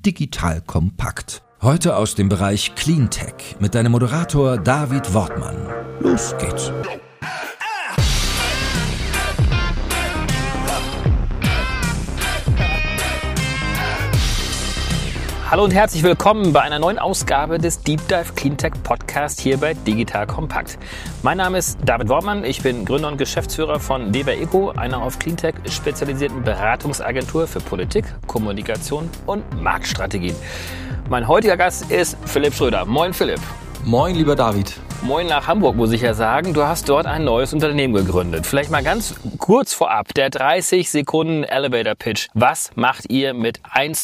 Digital Kompakt. Heute aus dem Bereich Cleantech mit deinem Moderator David Wortmann. Los geht's. Hallo und herzlich willkommen bei einer neuen Ausgabe des Deep Dive Cleantech Podcast hier bei Digital Kompakt. Mein Name ist David Wortmann, ich bin Gründer und Geschäftsführer von Weber Eco, einer auf Cleantech spezialisierten Beratungsagentur für Politik, Kommunikation und Marktstrategien. Mein heutiger Gast ist Philipp Schröder. Moin Philipp. Moin lieber David. Moin nach Hamburg, muss ich ja sagen. Du hast dort ein neues Unternehmen gegründet. Vielleicht mal ganz kurz vorab, der 30 Sekunden Elevator Pitch. Was macht ihr mit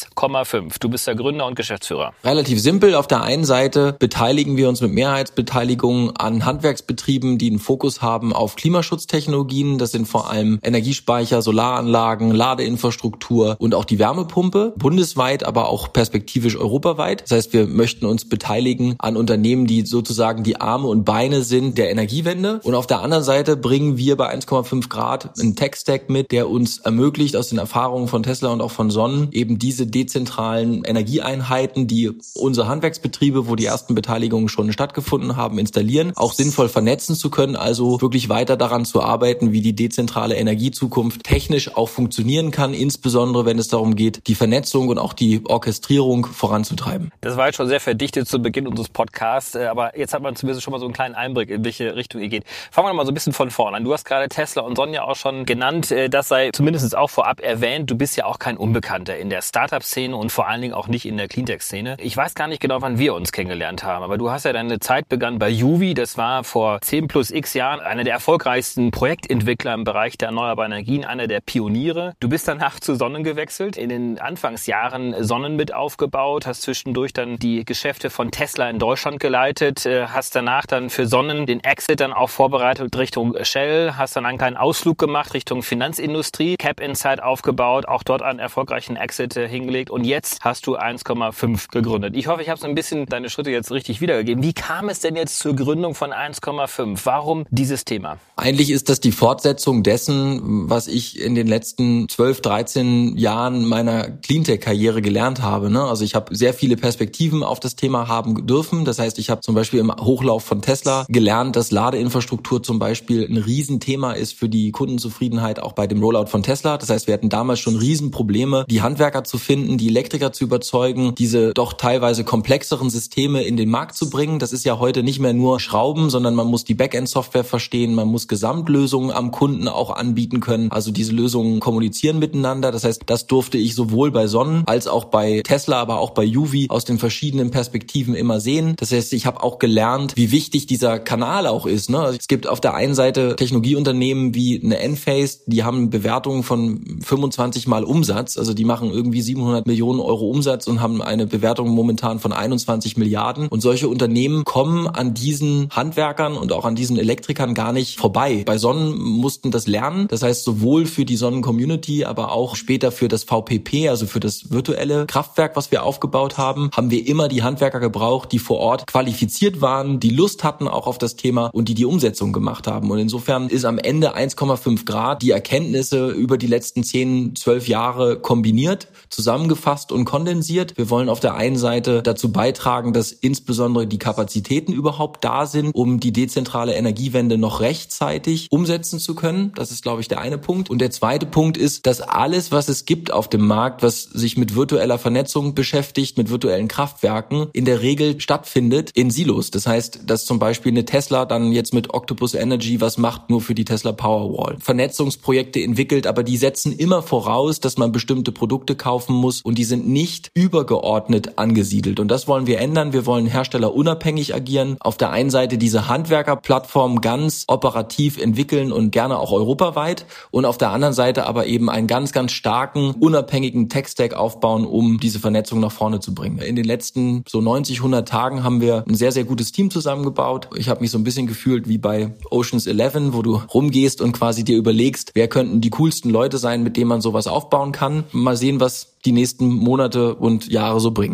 1,5? Du bist der Gründer und Geschäftsführer. Relativ simpel. Auf der einen Seite beteiligen wir uns mit Mehrheitsbeteiligung an Handwerksbetrieben, die einen Fokus haben auf Klimaschutztechnologien. Das sind vor allem Energiespeicher, Solaranlagen, Ladeinfrastruktur und auch die Wärmepumpe. Bundesweit, aber auch perspektivisch europaweit. Das heißt, wir möchten uns beteiligen an Unternehmen, die sozusagen die Arme und Beine sind der Energiewende. Und auf der anderen Seite bringen wir bei 1,5 Grad einen Tech-Stack mit, der uns ermöglicht, aus den Erfahrungen von Tesla und auch von Sonnen, eben diese dezentralen Energieeinheiten, die unsere Handwerksbetriebe, wo die ersten Beteiligungen schon stattgefunden haben, installieren, auch sinnvoll vernetzen zu können, also wirklich weiter daran zu arbeiten, wie die dezentrale Energiezukunft technisch auch funktionieren kann, insbesondere wenn es darum geht, die Vernetzung und auch die Orchestrierung voranzutreiben. Das war jetzt schon sehr verdichtet zu Beginn unseres Podcasts, aber jetzt hat man zumindest schon mal so einen kleinen Einblick, in welche Richtung ihr geht. Fangen wir mal so ein bisschen von vorne an. Du hast gerade Tesla und Sonnen ja auch schon genannt. Das sei zumindest auch vorab erwähnt. Du bist ja auch kein Unbekannter in der Startup-Szene und vor allen Dingen auch nicht in der Cleantech-Szene. Ich weiß gar nicht genau, wann wir uns kennengelernt haben, aber du hast ja deine Zeit begann bei Juvi. Das war vor 10 plus x Jahren einer der erfolgreichsten Projektentwickler im Bereich der erneuerbaren Energien, einer der Pioniere. Du bist danach zu Sonnen gewechselt, in den Anfangsjahren Sonnen mit aufgebaut, hast zwischendurch dann die Geschäfte von Tesla in Deutschland geleitet, hast danach dann für Sonnen den Exit dann auch vorbereitet Richtung Shell, hast dann einen kleinen Ausflug gemacht Richtung Finanzindustrie, Cap Insight aufgebaut, auch dort einen erfolgreichen Exit hingelegt und jetzt hast du 1,5 gegründet. Ich hoffe, ich habe so ein bisschen deine Schritte jetzt richtig wiedergegeben. Wie kam es denn jetzt zur Gründung von 1,5? Warum dieses Thema? Eigentlich ist das die Fortsetzung dessen, was ich in den letzten 12, 13 Jahren meiner Cleantech-Karriere gelernt habe. Also ich habe sehr viele Perspektiven auf das Thema haben dürfen. Das heißt, ich habe zum Beispiel im Hochlauf von Tesla gelernt, dass Ladeinfrastruktur zum Beispiel ein Riesenthema ist für die Kundenzufriedenheit auch bei dem Rollout von Tesla. Das heißt, wir hatten damals schon Riesenprobleme, die Handwerker zu finden, die Elektriker zu überzeugen, diese doch teilweise komplexeren Systeme in den Markt zu bringen. Das ist ja heute nicht mehr nur Schrauben, sondern man muss die Backend-Software verstehen, man muss Gesamtlösungen am Kunden auch anbieten können. Also diese Lösungen kommunizieren miteinander. Das heißt, das durfte ich sowohl bei Sonnen als auch bei Tesla, aber auch bei Juvi aus den verschiedenen Perspektiven immer sehen. Das heißt, ich habe auch gelernt, wie wichtig dieser Kanal auch ist. Also es gibt auf der einen Seite Technologieunternehmen wie eine Enphase, die haben Bewertungen von 25 Mal Umsatz. Also die machen irgendwie 700 Millionen Euro Umsatz und haben eine Bewertung momentan von 21 Milliarden. Und solche Unternehmen kommen an diesen Handwerkern und auch an diesen Elektrikern gar nicht vorbei. Bei Sonnen mussten das lernen. Das heißt, sowohl für die Sonnen-Community, aber auch später für das VPP, also für das virtuelle Kraftwerk, was wir aufgebaut haben, haben wir immer die Handwerker gebraucht, die vor Ort qualifiziert waren, die Lust hatten auch auf das Thema und die Umsetzung gemacht haben. Und insofern ist am Ende 1,5 Grad die Erkenntnisse über die letzten 10, 12 Jahre kombiniert, zusammengefasst und kondensiert. Wir wollen auf der einen Seite dazu beitragen, dass insbesondere die Kapazitäten überhaupt da sind, um die dezentrale Energiewende noch rechtzeitig umsetzen zu können. Das ist, glaube ich, der eine Punkt. Und der zweite Punkt ist, dass alles, was es gibt auf dem Markt, was sich mit virtueller Vernetzung beschäftigt, mit virtuellen Kraftwerken, in der Regel stattfindet in Silos. Das heißt, dass zum Beispiel eine Tesla dann jetzt mit Octopus Energy was macht, nur für die Tesla Powerwall. Vernetzungsprojekte entwickelt, aber die setzen immer voraus, dass man bestimmte Produkte kaufen muss und die sind nicht übergeordnet angesiedelt. Und das wollen wir ändern. Wir wollen herstellerunabhängig agieren. Auf der einen Seite diese Handwerkerplattform ganz operativ entwickeln und gerne auch europaweit und auf der anderen Seite aber eben einen ganz, ganz starken, unabhängigen Tech-Stack aufbauen, um diese Vernetzung nach vorne zu bringen. In den letzten so 90, 100 Tagen haben wir ein sehr, sehr gutes Team zusammengebaut. Ich habe mich so ein bisschen gefühlt wie bei Ocean's 11, wo du rumgehst und quasi dir überlegst, wer könnten die coolsten Leute sein, mit denen man sowas aufbauen kann. Mal sehen, was die nächsten Monate und Jahre so bringen.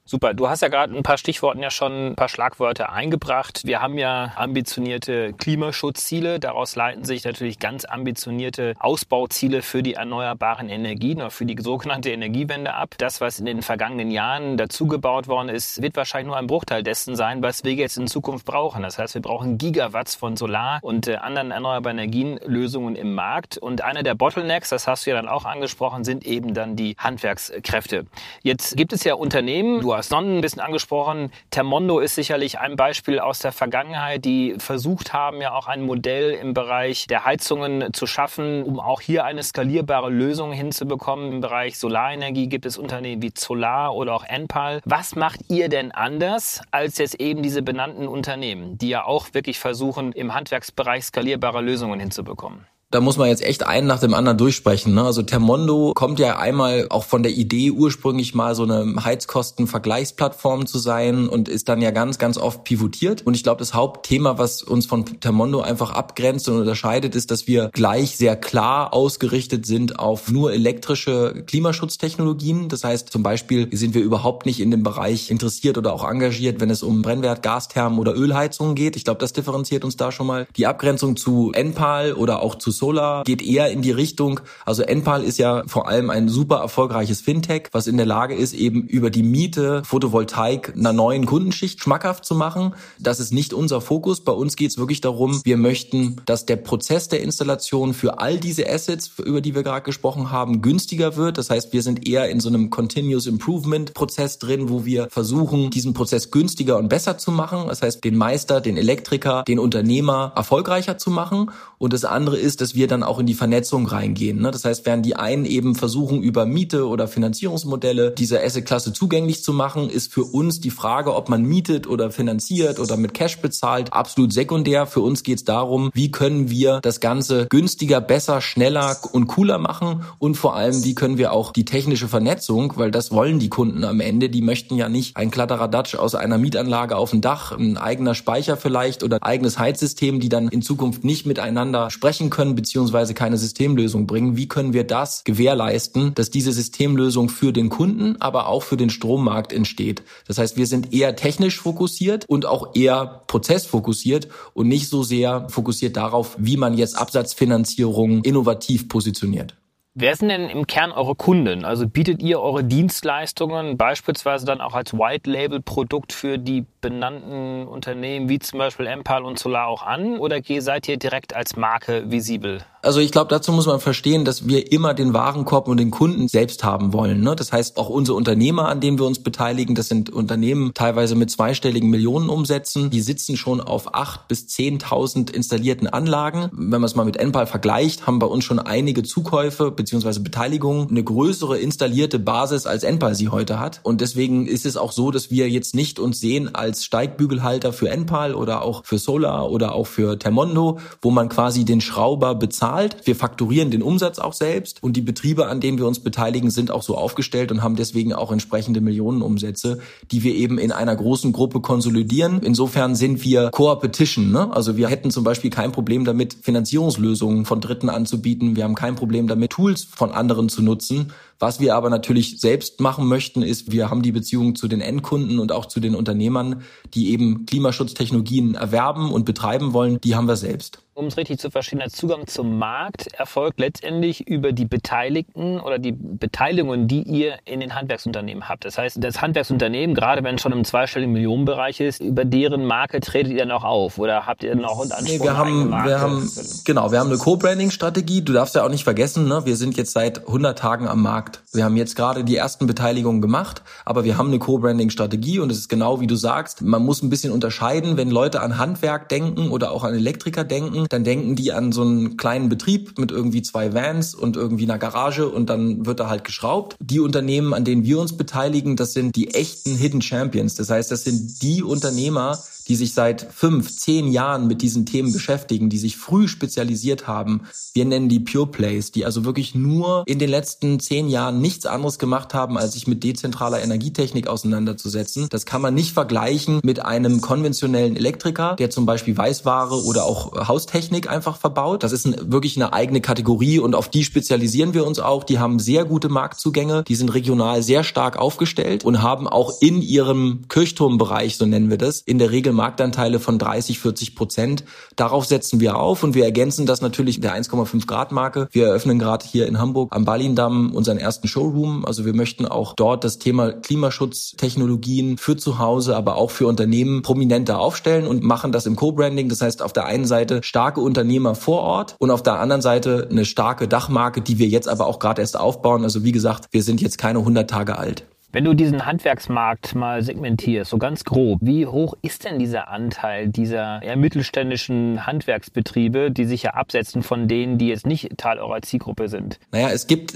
Super, du hast ja gerade ein paar Stichworten ja schon, ein paar Schlagwörter eingebracht. Wir haben ja ambitionierte Klimaschutzziele. Daraus leiten sich natürlich ganz ambitionierte Ausbauziele für die erneuerbaren Energien oder für die sogenannte Energiewende ab. Das, was in den vergangenen Jahren dazugebaut worden ist, wird wahrscheinlich nur ein Bruchteil dessen sein, was wir jetzt in Zukunft brauchen. Das heißt, wir brauchen Gigawatts von Solar- und anderen erneuerbaren Energienlösungen im Markt. Und einer der Bottlenecks, das hast du ja dann auch angesprochen, sind eben dann die Handwerkskräfte. Jetzt gibt es ja Unternehmen, du hast Sonnen ein bisschen angesprochen. Thermondo ist sicherlich ein Beispiel aus der Vergangenheit, die versucht haben, ja auch ein Modell im Bereich der Heizungen zu schaffen, um auch hier eine skalierbare Lösung hinzubekommen. Im Bereich Solarenergie gibt es Unternehmen wie Solar oder auch Enpal. Was macht ihr denn anders als jetzt eben diese benannten Unternehmen, die ja auch wirklich versuchen, im Handwerksbereich skalierbare Lösungen hinzubekommen? Da muss man jetzt echt einen nach dem anderen durchsprechen, ne? Also Thermondo kommt ja einmal auch von der Idee, ursprünglich mal so eine Heizkostenvergleichsplattform zu sein und ist dann ja ganz, ganz oft pivotiert. Und ich glaube, das Hauptthema, was uns von Thermondo einfach abgrenzt und unterscheidet, ist, dass wir gleich sehr klar ausgerichtet sind auf nur elektrische Klimaschutztechnologien. Das heißt, zum Beispiel sind wir überhaupt nicht in dem Bereich interessiert oder auch engagiert, wenn es um Brennwert, Gasthermen oder Ölheizungen geht. Ich glaube, das differenziert uns da schon mal. Die Abgrenzung zu Enpal oder auch zu Solar geht eher in die Richtung, also Enpal ist ja vor allem ein super erfolgreiches Fintech, was in der Lage ist, eben über die Miete Photovoltaik einer neuen Kundenschicht schmackhaft zu machen. Das ist nicht unser Fokus. Bei uns geht es wirklich darum, wir möchten, dass der Prozess der Installation für all diese Assets, über die wir gerade gesprochen haben, günstiger wird. Das heißt, wir sind eher in so einem Continuous Improvement Prozess drin, wo wir versuchen, diesen Prozess günstiger und besser zu machen. Das heißt, den Meister, den Elektriker, den Unternehmer erfolgreicher zu machen. Und das andere ist, dass wir dann auch in die Vernetzung reingehen. Das heißt, während die einen eben versuchen, über Miete oder Finanzierungsmodelle diese Assetklasse zugänglich zu machen, ist für uns die Frage, ob man mietet oder finanziert oder mit Cash bezahlt, absolut sekundär. Für uns geht es darum, wie können wir das Ganze günstiger, besser, schneller und cooler machen und vor allem, wie können wir auch die technische Vernetzung, weil das wollen die Kunden am Ende, die möchten ja nicht ein Kladderadatsch aus einer Mietanlage auf dem Dach, ein eigener Speicher vielleicht oder ein eigenes Heizsystem, die dann in Zukunft nicht miteinander sprechen können, beziehungsweise keine Systemlösung bringen. Wie können wir das gewährleisten, dass diese Systemlösung für den Kunden, aber auch für den Strommarkt entsteht? Das heißt, wir sind eher technisch fokussiert und auch eher prozessfokussiert und nicht so sehr fokussiert darauf, wie man jetzt Absatzfinanzierung innovativ positioniert. Wer sind denn im Kern eure Kunden? Also bietet ihr eure Dienstleistungen beispielsweise dann auch als White-Label-Produkt für die benannten Unternehmen wie zum Beispiel Enpal und Solar auch an oder seid ihr direkt als Marke visibel? Also ich glaube, dazu muss man verstehen, dass wir immer den Warenkorb und den Kunden selbst haben wollen. Das heißt, auch unsere Unternehmer, an denen wir uns beteiligen, das sind Unternehmen teilweise mit zweistelligen Millionenumsätzen, die sitzen schon auf 8.000 bis 10.000 installierten Anlagen. Wenn man es mal mit Enpal vergleicht, haben bei uns schon einige Zukäufe bzw. Beteiligungen eine größere installierte Basis, als Enpal sie heute hat. Und deswegen ist es auch so, dass wir jetzt nicht uns sehen als Steigbügelhalter für Enpal oder auch für Solar oder auch für Thermondo, wo man quasi den Schrauber bezahlt. Wir fakturieren den Umsatz auch selbst und die Betriebe, an denen wir uns beteiligen, sind auch so aufgestellt und haben deswegen auch entsprechende Millionenumsätze, die wir eben in einer großen Gruppe konsolidieren. Insofern sind wir Co-Opetition, Also wir hätten zum Beispiel kein Problem damit, Finanzierungslösungen von Dritten anzubieten. Wir haben kein Problem damit, Tools von anderen zu nutzen. Was wir aber natürlich selbst machen möchten, ist, wir haben die Beziehung zu den Endkunden und auch zu den Unternehmern, die eben Klimaschutztechnologien erwerben und betreiben wollen, die haben wir selbst. Um es richtig zu verstehen, der Zugang zum Markt erfolgt letztendlich über die Beteiligten oder die Beteiligungen, die ihr in den Handwerksunternehmen habt. Das heißt, das Handwerksunternehmen, gerade wenn es schon im zweistelligen Millionenbereich ist, über deren Marke tretet ihr dann auch auf oder habt ihr dann auch einen Anspruch? Wir haben eine Co-Branding-Strategie. Du darfst ja auch nicht vergessen, wir sind jetzt seit 100 Tagen am Markt. Wir haben jetzt gerade die ersten Beteiligungen gemacht, aber wir haben eine Co-Branding-Strategie und es ist genau wie du sagst, man muss ein bisschen unterscheiden, wenn Leute an Handwerk denken oder auch an Elektriker denken, dann denken die an so einen kleinen Betrieb mit irgendwie 2 Vans und irgendwie einer Garage und dann wird da halt geschraubt. Die Unternehmen, an denen wir uns beteiligen, das sind die echten Hidden Champions. Das heißt, das sind die Unternehmer, die sich seit 5, 10 Jahren mit diesen Themen beschäftigen, die sich früh spezialisiert haben. Wir nennen die Pure Plays, die also wirklich nur in den letzten 10 Jahren nichts anderes gemacht haben, als sich mit dezentraler Energietechnik auseinanderzusetzen. Das kann man nicht vergleichen mit einem konventionellen Elektriker, der zum Beispiel Weißware oder auch Haustechnik Markttechnik einfach verbaut. Das ist wirklich eine eigene Kategorie und auf die spezialisieren wir uns auch. Die haben sehr gute Marktzugänge, die sind regional sehr stark aufgestellt und haben auch in ihrem Kirchturmbereich, so nennen wir das, in der Regel Marktanteile von 30-40%. Darauf setzen wir auf und wir ergänzen das natürlich der 1,5 Grad Marke. Wir eröffnen gerade hier in Hamburg am Ballindamm unseren ersten Showroom. Also wir möchten auch dort das Thema Klimaschutztechnologien für zu Hause, aber auch für Unternehmen prominenter aufstellen und machen das im Co-Branding. Das heißt, auf der einen Seite starke Unternehmer vor Ort und auf der anderen Seite eine starke Dachmarke, die wir jetzt aber auch gerade erst aufbauen. Also wie gesagt, wir sind jetzt keine 100 Tage alt. Wenn du diesen Handwerksmarkt mal segmentierst, so ganz grob, wie hoch ist denn dieser Anteil dieser mittelständischen Handwerksbetriebe, die sich ja absetzen von denen, die jetzt nicht Teil eurer Zielgruppe sind? Naja, es gibt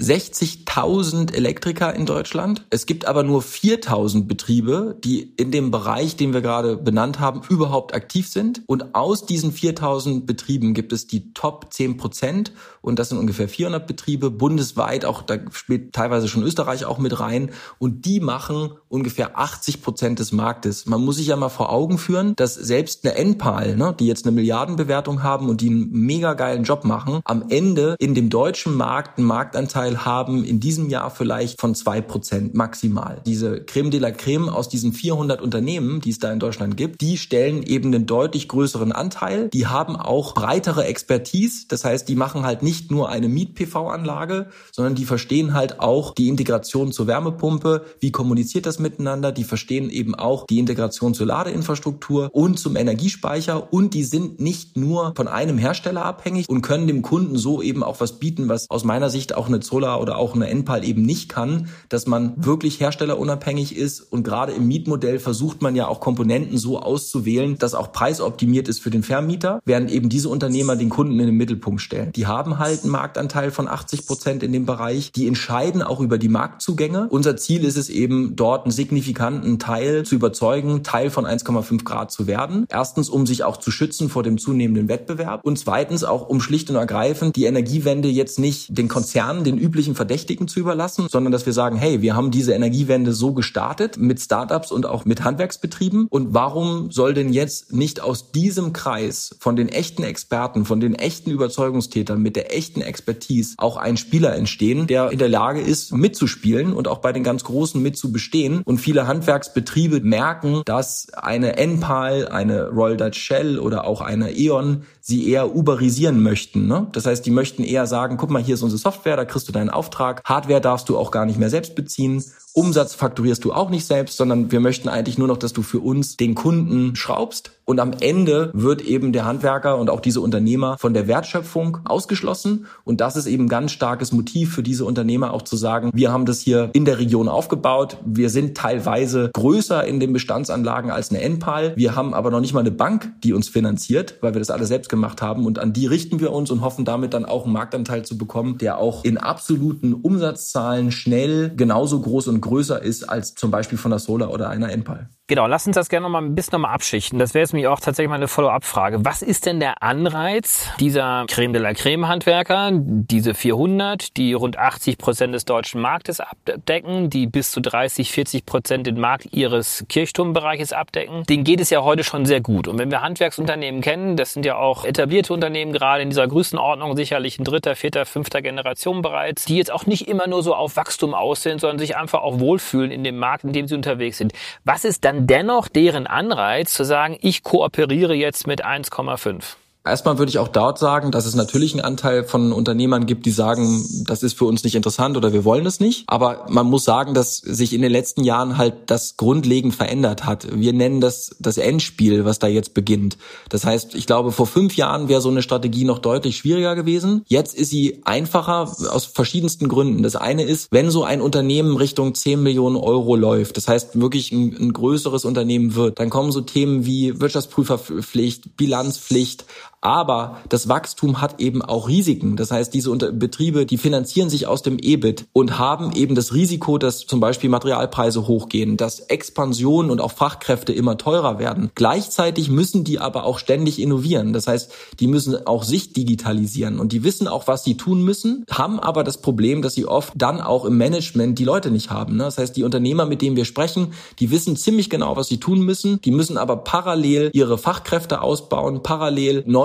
60.000 Elektriker in Deutschland. Es gibt aber nur 4.000 Betriebe, die in dem Bereich, den wir gerade benannt haben, überhaupt aktiv sind. Und aus diesen 4.000 Betrieben gibt es die Top 10%. Und das sind ungefähr 400 Betriebe bundesweit. Auch da spielt teilweise schon Österreich auch mit rein. Und die machen ungefähr 80% des Marktes. Man muss sich ja mal vor Augen führen, dass selbst eine Enpal, die jetzt eine Milliardenbewertung haben und die einen mega geilen Job machen, am Ende in dem deutschen Markt einen Marktanteil haben in diesem Jahr vielleicht von 2% maximal. Diese Creme de la Creme aus diesen 400 Unternehmen, die es da in Deutschland gibt, die stellen eben einen deutlich größeren Anteil. Die haben auch breitere Expertise. Das heißt, die machen halt nicht nur eine Miet-PV-Anlage, sondern die verstehen halt auch die Integration zur Wärmepumpe. Wie kommuniziert das miteinander? Die verstehen eben auch die Integration zur Ladeinfrastruktur und zum Energiespeicher und die sind nicht nur von einem Hersteller abhängig und können dem Kunden so eben auch was bieten, was aus meiner Sicht auch eine Zollner oder auch eine Enpal eben nicht kann, dass man wirklich herstellerunabhängig ist und gerade im Mietmodell versucht man ja auch Komponenten so auszuwählen, dass auch preisoptimiert ist für den Vermieter, während eben diese Unternehmer den Kunden in den Mittelpunkt stellen. Die haben halt einen Marktanteil von 80% in dem Bereich, die entscheiden auch über die Marktzugänge. Unser Ziel ist es eben, dort einen signifikanten Teil zu überzeugen, Teil von 1,5 Grad zu werden. Erstens, um sich auch zu schützen vor dem zunehmenden Wettbewerb und zweitens auch, um schlicht und ergreifend die Energiewende jetzt nicht den Konzernen, den üblichen Verdächtigen zu überlassen, sondern dass wir sagen, hey, wir haben diese Energiewende so gestartet mit Startups und auch mit Handwerksbetrieben und warum soll denn jetzt nicht aus diesem Kreis von den echten Experten, von den echten Überzeugungstätern mit der echten Expertise auch ein Spieler entstehen, der in der Lage ist, mitzuspielen und auch bei den ganz Großen mit zu bestehen. Und viele Handwerksbetriebe merken, dass eine Enpal, eine Royal Dutch Shell oder auch eine E.ON sie eher uberisieren möchten. Das heißt, die möchten eher sagen, guck mal, hier ist unsere Software, da kriegst du deinen Auftrag. Hardware darfst du auch gar nicht mehr selbst beziehen. Umsatz fakturierst du auch nicht selbst, sondern wir möchten eigentlich nur noch, dass du für uns den Kunden schraubst. Und am Ende wird eben der Handwerker und auch diese Unternehmer von der Wertschöpfung ausgeschlossen. Und das ist eben ein ganz starkes Motiv für diese Unternehmer auch zu sagen, wir haben das hier in der Region aufgebaut. Wir sind teilweise größer in den Bestandsanlagen als eine Enpal. Wir haben aber noch nicht mal eine Bank, die uns finanziert, weil wir das alles selbst gemacht haben. Und an die richten wir uns und hoffen damit dann auch einen Marktanteil zu bekommen, der auch in absoluten Umsatzzahlen schnell genauso groß und größer ist als zum Beispiel von der Solar oder einer Enpal. Genau, lass uns das gerne noch mal ein bisschen abschichten. Das wäre jetzt nämlich auch tatsächlich mal eine Follow-up-Frage. Was ist denn der Anreiz dieser Creme de la Creme-Handwerker, diese 400, die rund 80% des deutschen Marktes abdecken, die bis zu 30-40% den Markt ihres Kirchturmbereiches abdecken? Denen geht es ja heute schon sehr gut. Und wenn wir Handwerksunternehmen kennen, das sind ja auch etablierte Unternehmen, gerade in dieser Größenordnung, sicherlich in 3., 4., 5. Generation bereits, die jetzt auch nicht immer nur so auf Wachstum aussehen, sondern sich einfach auch wohlfühlen in dem Markt, in dem sie unterwegs sind. Was ist dann dennoch deren Anreiz zu sagen, ich kooperiere jetzt mit 1,5? Erstmal würde ich auch dort sagen, dass es natürlich einen Anteil von Unternehmern gibt, die sagen, das ist für uns nicht interessant oder wir wollen es nicht. Aber man muss sagen, dass sich in den letzten Jahren halt das grundlegend verändert hat. Wir nennen das Endspiel, was da jetzt beginnt. Das heißt, ich glaube, vor 5 Jahren wäre so eine Strategie noch deutlich schwieriger gewesen. Jetzt ist sie einfacher aus verschiedensten Gründen. Das eine ist, wenn so ein Unternehmen Richtung 10 Millionen Euro läuft, das heißt wirklich ein größeres Unternehmen wird, dann kommen so Themen wie Wirtschaftsprüferpflicht, Bilanzpflicht. Aber das Wachstum hat eben auch Risiken. Das heißt, diese Betriebe, die finanzieren sich aus dem EBIT und haben eben das Risiko, dass zum Beispiel Materialpreise hochgehen, dass Expansion und auch Fachkräfte immer teurer werden. Gleichzeitig müssen die aber auch ständig innovieren. Das heißt, die müssen auch sich digitalisieren und die wissen auch, was sie tun müssen, haben aber das Problem, dass sie oft dann auch im Management die Leute nicht haben. Das heißt, die Unternehmer, mit denen wir sprechen, die wissen ziemlich genau, was sie tun müssen. Die müssen aber parallel ihre Fachkräfte ausbauen, parallel neue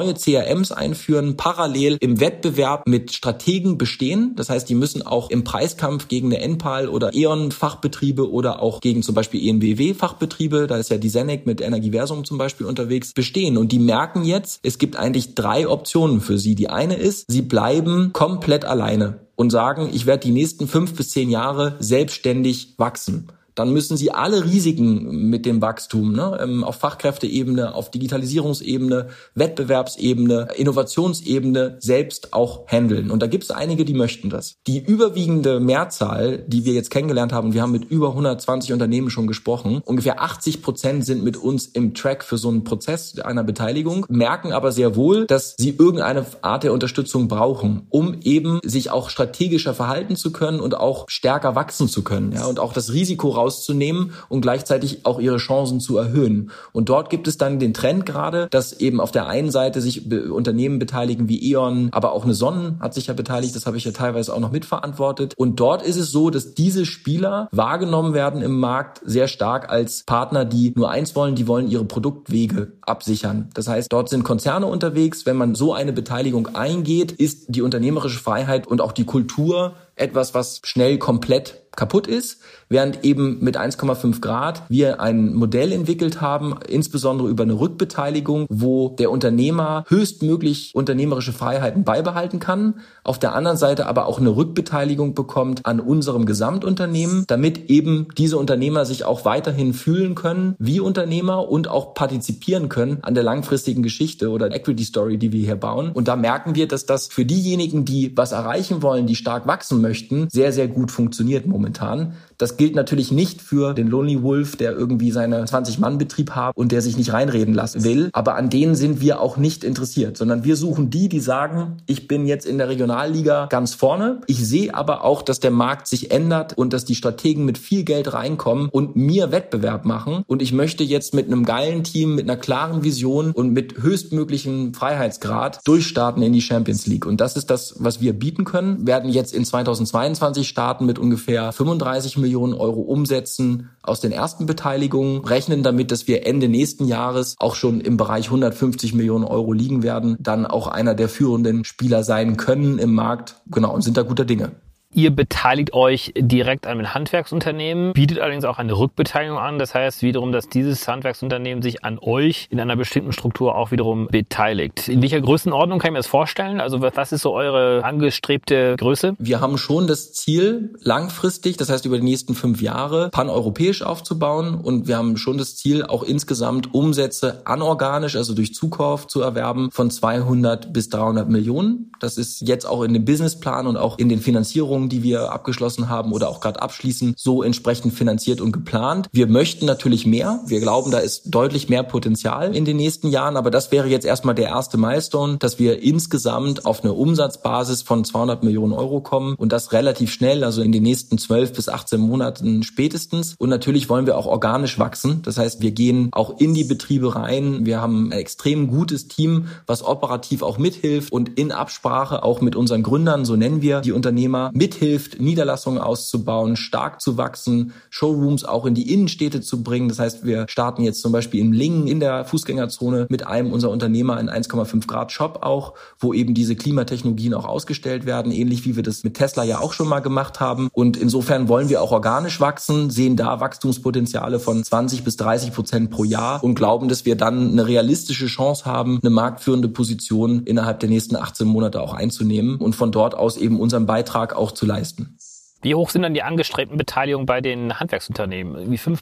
neue CRMs einführen, parallel im Wettbewerb mit Strategen bestehen. Das heißt, die müssen auch im Preiskampf gegen eine Enpal oder E.ON-Fachbetriebe oder auch gegen zum Beispiel EnBW-Fachbetriebe, da ist ja die Senec mit Energiversum zum Beispiel unterwegs, bestehen. Und die merken jetzt, es gibt eigentlich 3 Optionen für sie. Die eine ist, sie bleiben komplett alleine und sagen, ich werde die nächsten 5 bis 10 Jahre selbstständig wachsen. Dann müssen sie alle Risiken mit dem Wachstum, auf Fachkräfteebene, auf Digitalisierungsebene, Wettbewerbsebene, Innovationsebene selbst auch handeln. Und da gibt es einige, die möchten das. Die überwiegende Mehrzahl, die wir jetzt kennengelernt haben, wir haben mit über 120 Unternehmen schon gesprochen, ungefähr 80% sind mit uns im Track für so einen Prozess einer Beteiligung, merken aber sehr wohl, dass sie irgendeine Art der Unterstützung brauchen, um eben sich auch strategischer verhalten zu können und auch stärker wachsen zu können, ja, und auch das Risiko rauszunehmen und gleichzeitig auch ihre Chancen zu erhöhen. Und dort gibt es dann den Trend gerade, dass eben auf der einen Seite sich Unternehmen beteiligen wie E.ON, aber auch eine Sonnen hat sich ja beteiligt, das habe ich ja teilweise auch noch mitverantwortet. Und dort ist es so, dass diese Spieler wahrgenommen werden im Markt sehr stark als Partner, die nur eins wollen, die wollen ihre Produktwege absichern. Das heißt, dort sind Konzerne unterwegs. Wenn man so eine Beteiligung eingeht, ist die unternehmerische Freiheit und auch die Kultur etwas, was schnell komplett kaputt ist, während eben mit 1,5 Grad wir ein Modell entwickelt haben, insbesondere über eine Rückbeteiligung, wo der Unternehmer höchstmöglich unternehmerische Freiheiten beibehalten kann, auf der anderen Seite aber auch eine Rückbeteiligung bekommt an unserem Gesamtunternehmen, damit eben diese Unternehmer sich auch weiterhin fühlen können wie Unternehmer und auch partizipieren können an der langfristigen Geschichte oder Equity Story, die wir hier bauen. Und da merken wir, dass das für diejenigen, die was erreichen wollen, die stark wachsen möchten, sehr, sehr gut funktioniert momentan. Das gilt natürlich nicht für den Lonely Wolf, der irgendwie seine 20-Mann-Betrieb hat und der sich nicht reinreden lassen will. Aber an denen sind wir auch nicht interessiert, sondern wir suchen die sagen, ich bin jetzt in der Regionalliga ganz vorne. Ich sehe aber auch, dass der Markt sich ändert und dass die Strategen mit viel Geld reinkommen und mir Wettbewerb machen. Und ich möchte jetzt mit einem geilen Team, mit einer klaren Vision und mit höchstmöglichem Freiheitsgrad durchstarten in die Champions League. Und das ist das, was wir bieten können. Wir werden jetzt in 2022 starten mit ungefähr 35 Millionen Euro Umsätzen aus den ersten Beteiligungen, rechnen damit, dass wir Ende nächsten Jahres auch schon im Bereich 150 Millionen Euro liegen werden, dann auch einer der führenden Spieler sein können im Markt, genau, und sind da guter Dinge. Ihr beteiligt euch direkt an einem Handwerksunternehmen, bietet allerdings auch eine Rückbeteiligung an. Das heißt wiederum, dass dieses Handwerksunternehmen sich an euch in einer bestimmten Struktur auch wiederum beteiligt. In welcher Größenordnung kann ich mir das vorstellen? Also was ist so eure angestrebte Größe? Wir haben schon das Ziel, langfristig, das heißt über die nächsten 5 Jahre, paneuropäisch aufzubauen. Und wir haben schon das Ziel, auch insgesamt Umsätze anorganisch, also durch Zukauf zu erwerben, von 200 bis 300 Millionen. Das ist jetzt auch in dem Businessplan und auch in den Finanzierungen, die wir abgeschlossen haben oder auch gerade abschließen, so entsprechend finanziert und geplant. Wir möchten natürlich mehr. Wir glauben, da ist deutlich mehr Potenzial in den nächsten Jahren, aber das wäre jetzt erstmal der erste Milestone, dass wir insgesamt auf eine Umsatzbasis von 200 Millionen Euro kommen und das relativ schnell, also in den nächsten 12 bis 18 Monaten spätestens. Und natürlich wollen wir auch organisch wachsen. Das heißt, wir gehen auch in die Betriebe rein. Wir haben ein extrem gutes Team, was operativ auch mithilft und in Absprache auch mit unseren Gründern, so nennen wir die Unternehmer, mithilft, Niederlassungen auszubauen, stark zu wachsen, Showrooms auch in die Innenstädte zu bringen. Das heißt, wir starten jetzt zum Beispiel in Lingen in der Fußgängerzone mit einem unserer Unternehmer in 1,5 Grad Shop auch, wo eben diese Klimatechnologien auch ausgestellt werden, ähnlich wie wir das mit Tesla ja auch schon mal gemacht haben. Und insofern wollen wir auch organisch wachsen, sehen da Wachstumspotenziale von 20 bis 30% pro Jahr und glauben, dass wir dann eine realistische Chance haben, eine marktführende Position innerhalb der nächsten 18 Monate auch einzunehmen und von dort aus eben unseren Beitrag auch zu leisten. Wie hoch sind dann die angestrebten Beteiligungen bei den Handwerksunternehmen? Irgendwie 5%,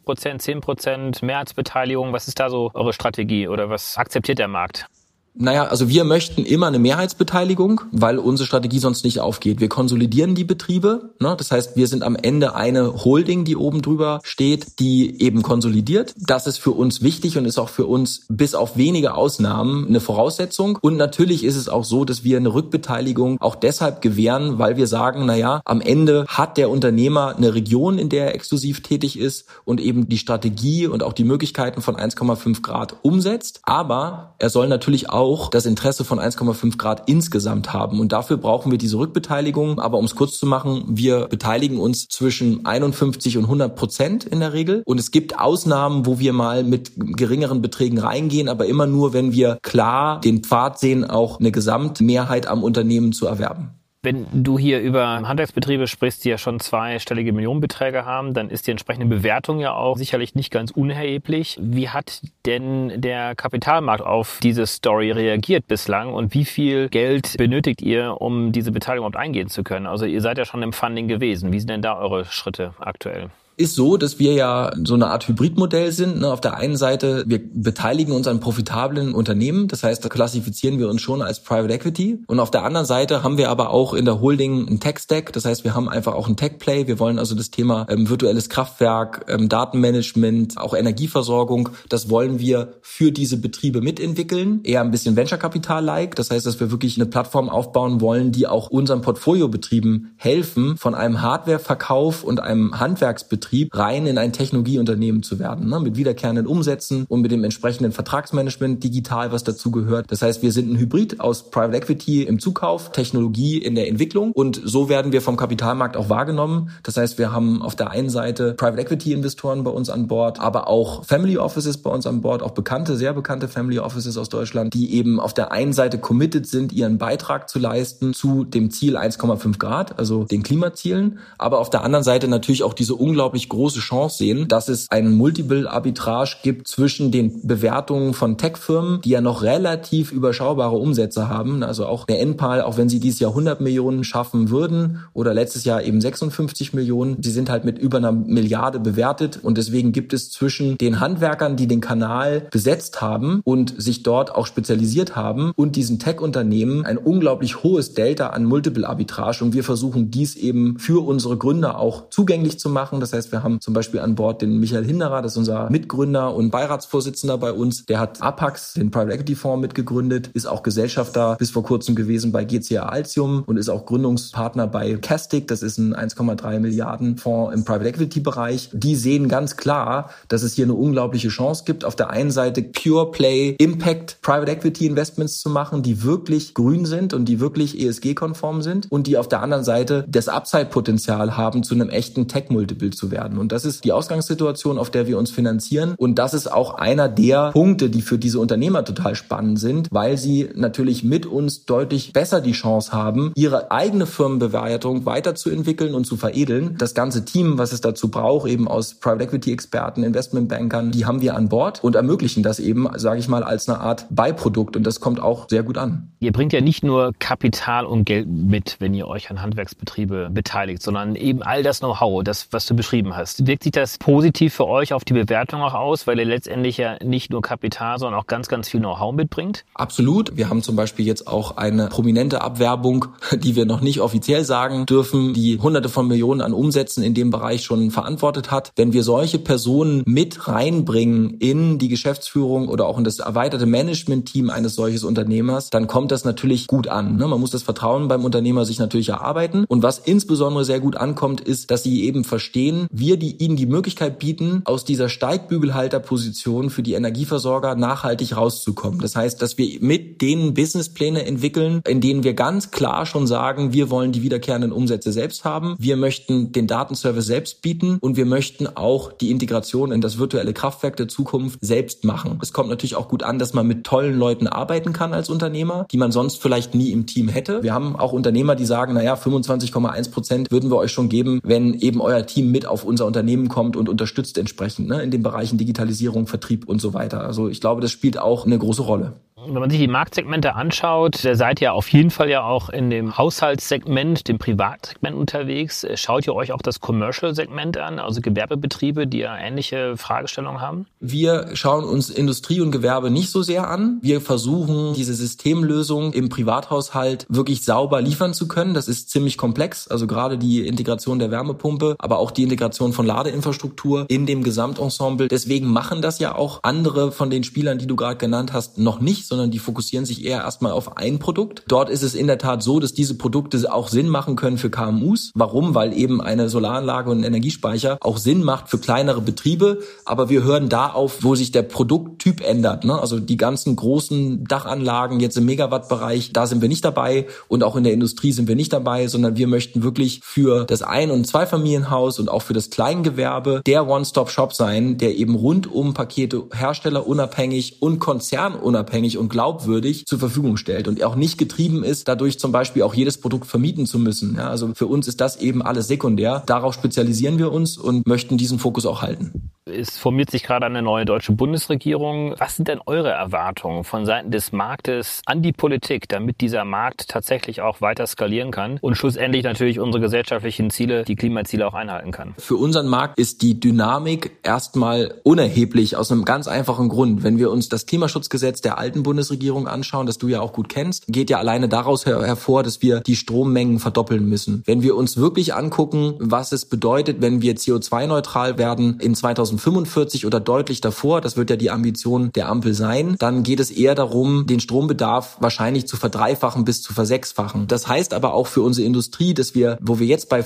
10%, Mehrheitsbeteiligung? Was ist da so eure Strategie oder was akzeptiert der Markt? Naja, also wir möchten immer eine Mehrheitsbeteiligung, weil unsere Strategie sonst nicht aufgeht. Wir konsolidieren die Betriebe, ne? Das heißt, wir sind am Ende eine Holding, die oben drüber steht, die eben konsolidiert. Das ist für uns wichtig und ist auch für uns bis auf wenige Ausnahmen eine Voraussetzung. Und natürlich ist es auch so, dass wir eine Rückbeteiligung auch deshalb gewähren, weil wir sagen, naja, am Ende hat der Unternehmer eine Region, in der er exklusiv tätig ist und eben die Strategie und auch die Möglichkeiten von 1,5 Grad umsetzt. Aber er soll natürlich auch auch das Interesse von 1,5 Grad insgesamt haben. Und dafür brauchen wir diese Rückbeteiligung. Aber um es kurz zu machen, wir beteiligen uns zwischen 51 und 100% in der Regel. Und es gibt Ausnahmen, wo wir mal mit geringeren Beträgen reingehen, aber immer nur, wenn wir klar den Pfad sehen, auch eine Gesamtmehrheit am Unternehmen zu erwerben. Wenn du hier über Handwerksbetriebe sprichst, die ja schon zweistellige Millionenbeträge haben, dann ist die entsprechende Bewertung ja auch sicherlich nicht ganz unerheblich. Wie hat denn der Kapitalmarkt auf diese Story reagiert bislang und wie viel Geld benötigt ihr, um diese Beteiligung überhaupt eingehen zu können? Also ihr seid ja schon im Funding gewesen. Wie sind denn da eure Schritte aktuell? Ist so, dass wir ja so eine Art Hybridmodell sind. Auf der einen Seite, wir beteiligen uns an profitablen Unternehmen. Das heißt, da klassifizieren wir uns schon als Private Equity. Und auf der anderen Seite haben wir aber auch in der Holding einen Tech-Stack. Das heißt, wir haben einfach auch einen Tech-Play. Wir wollen also das Thema virtuelles Kraftwerk, Datenmanagement, auch Energieversorgung, das wollen wir für diese Betriebe mitentwickeln. Eher ein bisschen Venture-Kapital-like. Das heißt, dass wir wirklich eine Plattform aufbauen wollen, die auch unseren Portfoliobetrieben helfen, von einem Hardwareverkauf und einem Handwerksbetrieb rein in ein Technologieunternehmen zu werden, ne? Mit wiederkehrenden Umsätzen und mit dem entsprechenden Vertragsmanagement digital, was dazu gehört. Das heißt, wir sind ein Hybrid aus Private Equity im Zukauf, Technologie in der Entwicklung und so werden wir vom Kapitalmarkt auch wahrgenommen. Das heißt, wir haben auf der einen Seite Private Equity Investoren bei uns an Bord, aber auch Family Offices bei uns an Bord, auch sehr bekannte Family Offices aus Deutschland, die eben auf der einen Seite committed sind, ihren Beitrag zu leisten zu dem Ziel 1,5 Grad, also den Klimazielen, aber auf der anderen Seite natürlich auch diese unglaublich große Chance sehen, dass es einen Multiple-Arbitrage gibt zwischen den Bewertungen von Tech-Firmen, die ja noch relativ überschaubare Umsätze haben. Also auch der Enpal, auch wenn sie dieses Jahr 100 Millionen schaffen würden oder letztes Jahr eben 56 Millionen, sie sind halt mit über einer Milliarde bewertet und deswegen gibt es zwischen den Handwerkern, die den Kanal besetzt haben und sich dort auch spezialisiert haben und diesen Tech-Unternehmen ein unglaublich hohes Delta an Multiple-Arbitrage und wir versuchen dies eben für unsere Gründer auch zugänglich zu machen. Das heißt, wir haben zum Beispiel an Bord den Michael Hinderer, das ist unser Mitgründer und Beiratsvorsitzender bei uns. Der hat Apax, den Private Equity Fonds, mitgegründet, ist auch Gesellschafter bis vor kurzem gewesen bei GCA Altium und ist auch Gründungspartner bei Castic. Das ist ein 1,3 Milliarden Fonds im Private Equity Bereich. Die sehen ganz klar, dass es hier eine unglaubliche Chance gibt, auf der einen Seite Pure Play Impact Private Equity Investments zu machen, die wirklich grün sind und die wirklich ESG-konform sind und die auf der anderen Seite das Upside-Potenzial haben, zu einem echten Tech-Multiple zu werden. Und das ist die Ausgangssituation, auf der wir uns finanzieren. Und das ist auch einer der Punkte, die für diese Unternehmer total spannend sind, weil sie natürlich mit uns deutlich besser die Chance haben, ihre eigene Firmenbewertung weiterzuentwickeln und zu veredeln. Das ganze Team, was es dazu braucht, eben aus Private Equity Experten, Investmentbankern, die haben wir an Bord und ermöglichen das eben, sage ich mal, als eine Art Beiprodukt. Und das kommt auch sehr gut an. Ihr bringt ja nicht nur Kapital und Geld mit, wenn ihr euch an Handwerksbetriebe beteiligt, sondern eben all das Know-how, das, was du beschrieben hast. Wirkt sich das positiv für euch auf die Bewertung auch aus, weil ihr letztendlich ja nicht nur Kapital, sondern auch ganz, ganz viel Know-how mitbringt? Absolut. Wir haben zum Beispiel jetzt auch eine prominente Abwerbung, die wir noch nicht offiziell sagen dürfen, die Hunderte von Millionen an Umsätzen in dem Bereich schon verantwortet hat. Wenn wir solche Personen mit reinbringen in die Geschäftsführung oder auch in das erweiterte Management-Team eines solches Unternehmers, dann kommt das natürlich gut an. Man muss das Vertrauen beim Unternehmer sich natürlich erarbeiten. Und was insbesondere sehr gut ankommt, ist, dass sie eben verstehen, wir ihnen die Möglichkeit bieten, aus dieser Steigbügelhalterposition für die Energieversorger nachhaltig rauszukommen. Das heißt, dass wir mit denen Businesspläne entwickeln, in denen wir ganz klar schon sagen, wir wollen die wiederkehrenden Umsätze selbst haben, wir möchten den Datenservice selbst bieten und wir möchten auch die Integration in das virtuelle Kraftwerk der Zukunft selbst machen. Es kommt natürlich auch gut an, dass man mit tollen Leuten arbeiten kann als Unternehmer, die man sonst vielleicht nie im Team hätte. Wir haben auch Unternehmer, die sagen, 25,1% würden wir euch schon geben, wenn eben euer Team mit auf unser Unternehmen kommt und unterstützt entsprechend, in den Bereichen Digitalisierung, Vertrieb und so weiter. Also ich glaube, das spielt auch eine große Rolle. Wenn man sich die Marktsegmente anschaut, seid ihr auf jeden Fall ja auch in dem Haushaltssegment, dem Privatsegment unterwegs. Schaut ihr euch auch das Commercial-Segment an, also Gewerbebetriebe, die ja ähnliche Fragestellungen haben? Wir schauen uns Industrie und Gewerbe nicht so sehr an. Wir versuchen, diese Systemlösung im Privathaushalt wirklich sauber liefern zu können. Das ist ziemlich komplex, also gerade die Integration der Wärmepumpe, aber auch die Integration von Ladeinfrastruktur in dem Gesamtensemble. Deswegen machen das ja auch andere von den Spielern, die du gerade genannt hast, noch nicht, sondern die fokussieren sich eher erstmal auf ein Produkt. Dort ist es in der Tat so, dass diese Produkte auch Sinn machen können für KMUs. Warum? Weil eben eine Solaranlage und ein Energiespeicher auch Sinn macht für kleinere Betriebe. Aber wir hören da auf, wo sich der Produkttyp ändert. Also die ganzen großen Dachanlagen jetzt im Megawattbereich, da sind wir nicht dabei. Und auch in der Industrie sind wir nicht dabei, sondern wir möchten wirklich für das Ein- und Zweifamilienhaus und auch für das Kleingewerbe der One-Stop-Shop sein, der eben rundum Pakete herstellerunabhängig und konzernunabhängig und glaubwürdig zur Verfügung stellt und auch nicht getrieben ist, dadurch zum Beispiel auch jedes Produkt vermieten zu müssen. Ja, also für uns ist das eben alles sekundär. Darauf spezialisieren wir uns und möchten diesen Fokus auch halten. Es formiert sich gerade eine neue deutsche Bundesregierung. Was sind denn eure Erwartungen von Seiten des Marktes an die Politik, damit dieser Markt tatsächlich auch weiter skalieren kann und schlussendlich natürlich unsere gesellschaftlichen Ziele, die Klimaziele auch einhalten kann? Für unseren Markt ist die Dynamik erstmal unerheblich aus einem ganz einfachen Grund. Wenn wir uns das Klimaschutzgesetz der alten Bundesregierung anschauen, das du ja auch gut kennst, geht ja alleine daraus hervor, dass wir die Strommengen verdoppeln müssen. Wenn wir uns wirklich angucken, was es bedeutet, wenn wir CO2-neutral werden in 2045 oder deutlich davor, das wird ja die Ambition der Ampel sein, dann geht es eher darum, den Strombedarf wahrscheinlich zu verdreifachen bis zu versechsfachen. Das heißt aber auch für unsere Industrie, dass wir, wo wir jetzt bei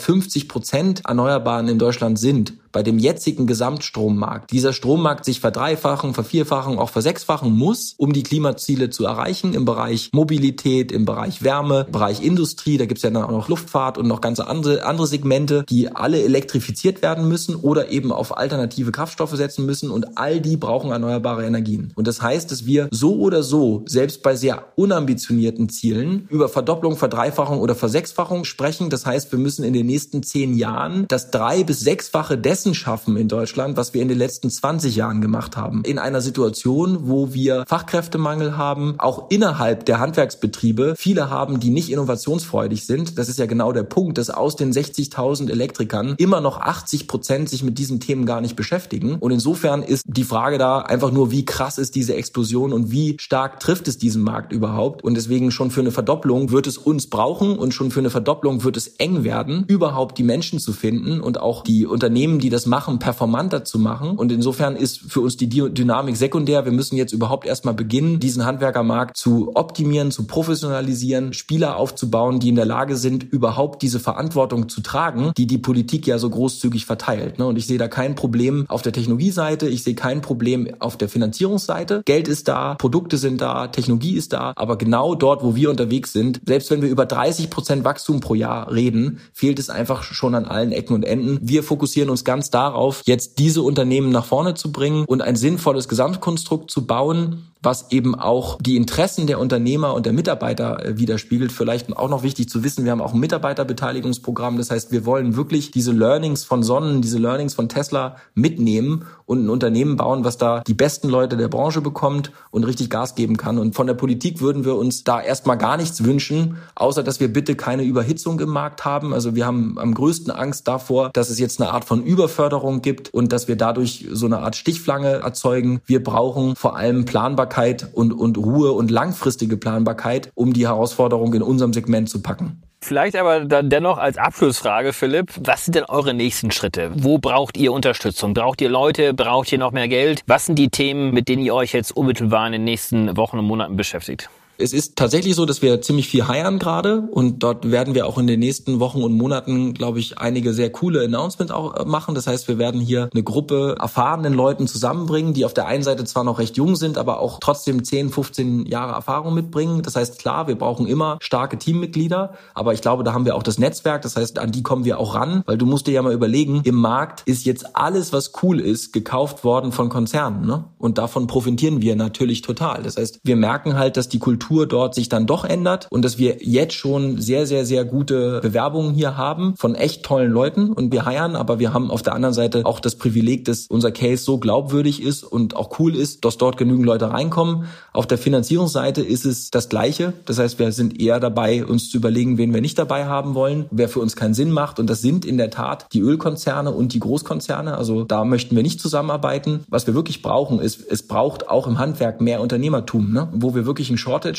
50% Erneuerbaren in Deutschland sind, bei dem jetzigen Gesamtstrommarkt, dieser Strommarkt sich verdreifachen, vervierfachen, auch versechsfachen muss, um die Klimaziele zu erreichen im Bereich Mobilität, im Bereich Wärme, im Bereich Industrie. Da gibt's ja dann auch noch Luftfahrt und noch ganz andere Segmente, die alle elektrifiziert werden müssen oder eben auf alternative Kraftstoffe setzen müssen und all die brauchen erneuerbare Energien. Und das heißt, dass wir so oder so, selbst bei sehr unambitionierten Zielen, über Verdopplung, Verdreifachung oder Versechsfachung sprechen. Das heißt, wir müssen in den nächsten 10 Jahren das 3- bis 6-fache dessen schaffen in Deutschland, was wir in den letzten 20 Jahren gemacht haben. In einer Situation, wo wir Fachkräftemangel haben, auch innerhalb der Handwerksbetriebe viele haben, die nicht innovationsfreudig sind. Das ist ja genau der Punkt, dass aus den 60.000 Elektrikern immer noch 80% sich mit diesen Themen gar nicht beschäftigen. Und insofern ist die Frage da einfach nur, wie krass ist diese Explosion und wie stark trifft es diesen Markt überhaupt? Und deswegen schon für eine Verdopplung wird es uns brauchen und schon für eine Verdopplung wird es eng werden, überhaupt die Menschen zu finden und auch die Unternehmen, die das machen, performanter zu machen. Und insofern ist für uns die Dynamik sekundär. Wir müssen jetzt überhaupt erstmal beginnen, diesen Handwerkermarkt zu optimieren, zu professionalisieren, Spieler aufzubauen, die in der Lage sind, überhaupt diese Verantwortung zu tragen, die die Politik ja so großzügig verteilt. Und ich sehe da kein Problem auf der Technologieseite, ich sehe kein Problem auf der Finanzierungsseite. Geld ist da, Produkte sind da, Technologie ist da, aber genau dort, wo wir unterwegs sind, selbst wenn wir über 30% Wachstum pro Jahr reden, fehlt es einfach schon an allen Ecken und Enden. Wir fokussieren uns ganz darauf, jetzt diese Unternehmen nach vorne zu bringen und ein sinnvolles Gesamtkonstrukt zu bauen, was eben auch die Interessen der Unternehmer und der Mitarbeiter widerspiegelt. Vielleicht auch noch wichtig zu wissen, wir haben auch ein Mitarbeiterbeteiligungsprogramm. Das heißt, wir wollen wirklich diese Learnings von Sonnen, diese Learnings von Tesla mitnehmen und ein Unternehmen bauen, was da die besten Leute der Branche bekommt und richtig Gas geben kann. Und von der Politik würden wir uns da erstmal gar nichts wünschen, außer dass wir bitte keine Überhitzung im Markt haben. Also wir haben am größten Angst davor, dass es jetzt eine Art von Überförderung gibt und dass wir dadurch so eine Art Stichflange erzeugen. Wir brauchen vor allem Planbarkeit und Ruhe und langfristige Planbarkeit, um die Herausforderung in unserem Segment zu packen. Vielleicht aber dann dennoch als Abschlussfrage, Philipp, was sind denn eure nächsten Schritte? Wo braucht ihr Unterstützung? Braucht ihr Leute? Braucht ihr noch mehr Geld? Was sind die Themen, mit denen ihr euch jetzt unmittelbar in den nächsten Wochen und Monaten beschäftigt? Es ist tatsächlich so, dass wir ziemlich viel hiren gerade und dort werden wir auch in den nächsten Wochen und Monaten, glaube ich, einige sehr coole Announcements auch machen. Das heißt, wir werden hier eine Gruppe erfahrenen Leuten zusammenbringen, die auf der einen Seite zwar noch recht jung sind, aber auch trotzdem 10, 15 Jahre Erfahrung mitbringen. Das heißt, klar, wir brauchen immer starke Teammitglieder, aber ich glaube, da haben wir auch das Netzwerk. Das heißt, an die kommen wir auch ran, weil du musst dir ja mal überlegen, im Markt ist jetzt alles, was cool ist, gekauft worden von Konzernen, ne? Und davon profitieren wir natürlich total. Das heißt, wir merken halt, dass die Kultur dort sich dann doch ändert und dass wir jetzt schon sehr, sehr, sehr gute Bewerbungen hier haben von echt tollen Leuten und wir hiren, aber wir haben auf der anderen Seite auch das Privileg, dass unser Case so glaubwürdig ist und auch cool ist, dass dort genügend Leute reinkommen. Auf der Finanzierungsseite ist es das Gleiche. Das heißt, wir sind eher dabei, uns zu überlegen, wen wir nicht dabei haben wollen, wer für uns keinen Sinn macht und das sind in der Tat die Ölkonzerne und die Großkonzerne. Also da möchten wir nicht zusammenarbeiten. Was wir wirklich brauchen ist, es braucht auch im Handwerk mehr Unternehmertum, ne? Wo wir wirklich einen Shortage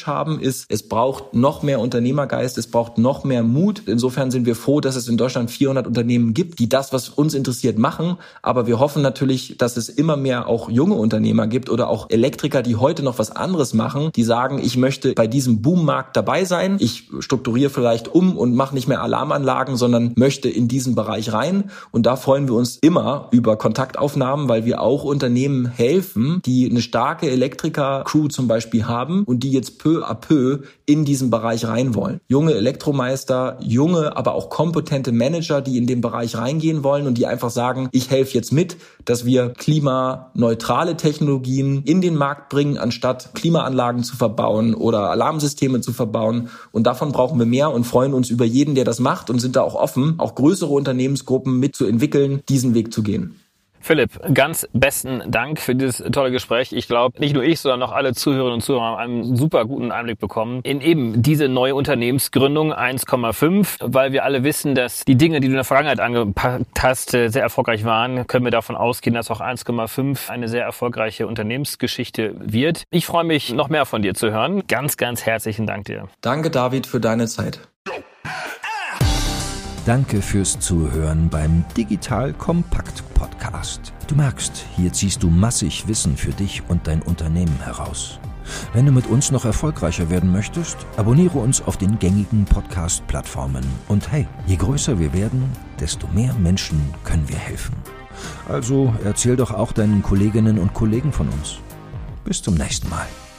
Message haben, ist, es braucht noch mehr Unternehmergeist, es braucht noch mehr Mut. Insofern sind wir froh, dass es in Deutschland 400 Unternehmen gibt, die das, was uns interessiert, machen. Aber wir hoffen natürlich, dass es immer mehr auch junge Unternehmer gibt oder auch Elektriker, die heute noch was anderes machen, die sagen, ich möchte bei diesem Boommarkt dabei sein. Ich strukturiere vielleicht um und mache nicht mehr Alarmanlagen, sondern möchte in diesen Bereich rein. Und da freuen wir uns immer über Kontaktaufnahmen, weil wir auch Unternehmen helfen, die eine starke Elektriker-Crew zum Beispiel haben und die jetzt peu à peu in diesen Bereich rein wollen. Junge Elektromeister, junge, aber auch kompetente Manager, die in den Bereich reingehen wollen und die einfach sagen, ich helfe jetzt mit, dass wir klimaneutrale Technologien in den Markt bringen, anstatt Klimaanlagen zu verbauen oder Alarmsysteme zu verbauen. Und davon brauchen wir mehr und freuen uns über jeden, der das macht und sind da auch offen, auch größere Unternehmensgruppen mitzuentwickeln, diesen Weg zu gehen. Philipp, ganz besten Dank für dieses tolle Gespräch. Ich glaube, nicht nur ich, sondern auch alle Zuhörerinnen und Zuhörer haben einen super guten Einblick bekommen in eben diese neue Unternehmensgründung 1,5. Weil wir alle wissen, dass die Dinge, die du in der Vergangenheit angepackt hast, sehr erfolgreich waren, können wir davon ausgehen, dass auch 1,5 eine sehr erfolgreiche Unternehmensgeschichte wird. Ich freue mich, noch mehr von dir zu hören. Ganz, ganz herzlichen Dank dir. Danke, David, für deine Zeit. Danke fürs Zuhören beim Digital Kompakt Podcast. Du merkst, hier ziehst du massig Wissen für dich und dein Unternehmen heraus. Wenn du mit uns noch erfolgreicher werden möchtest, abonniere uns auf den gängigen Podcast-Plattformen. Und hey, je größer wir werden, desto mehr Menschen können wir helfen. Also erzähl doch auch deinen Kolleginnen und Kollegen von uns. Bis zum nächsten Mal.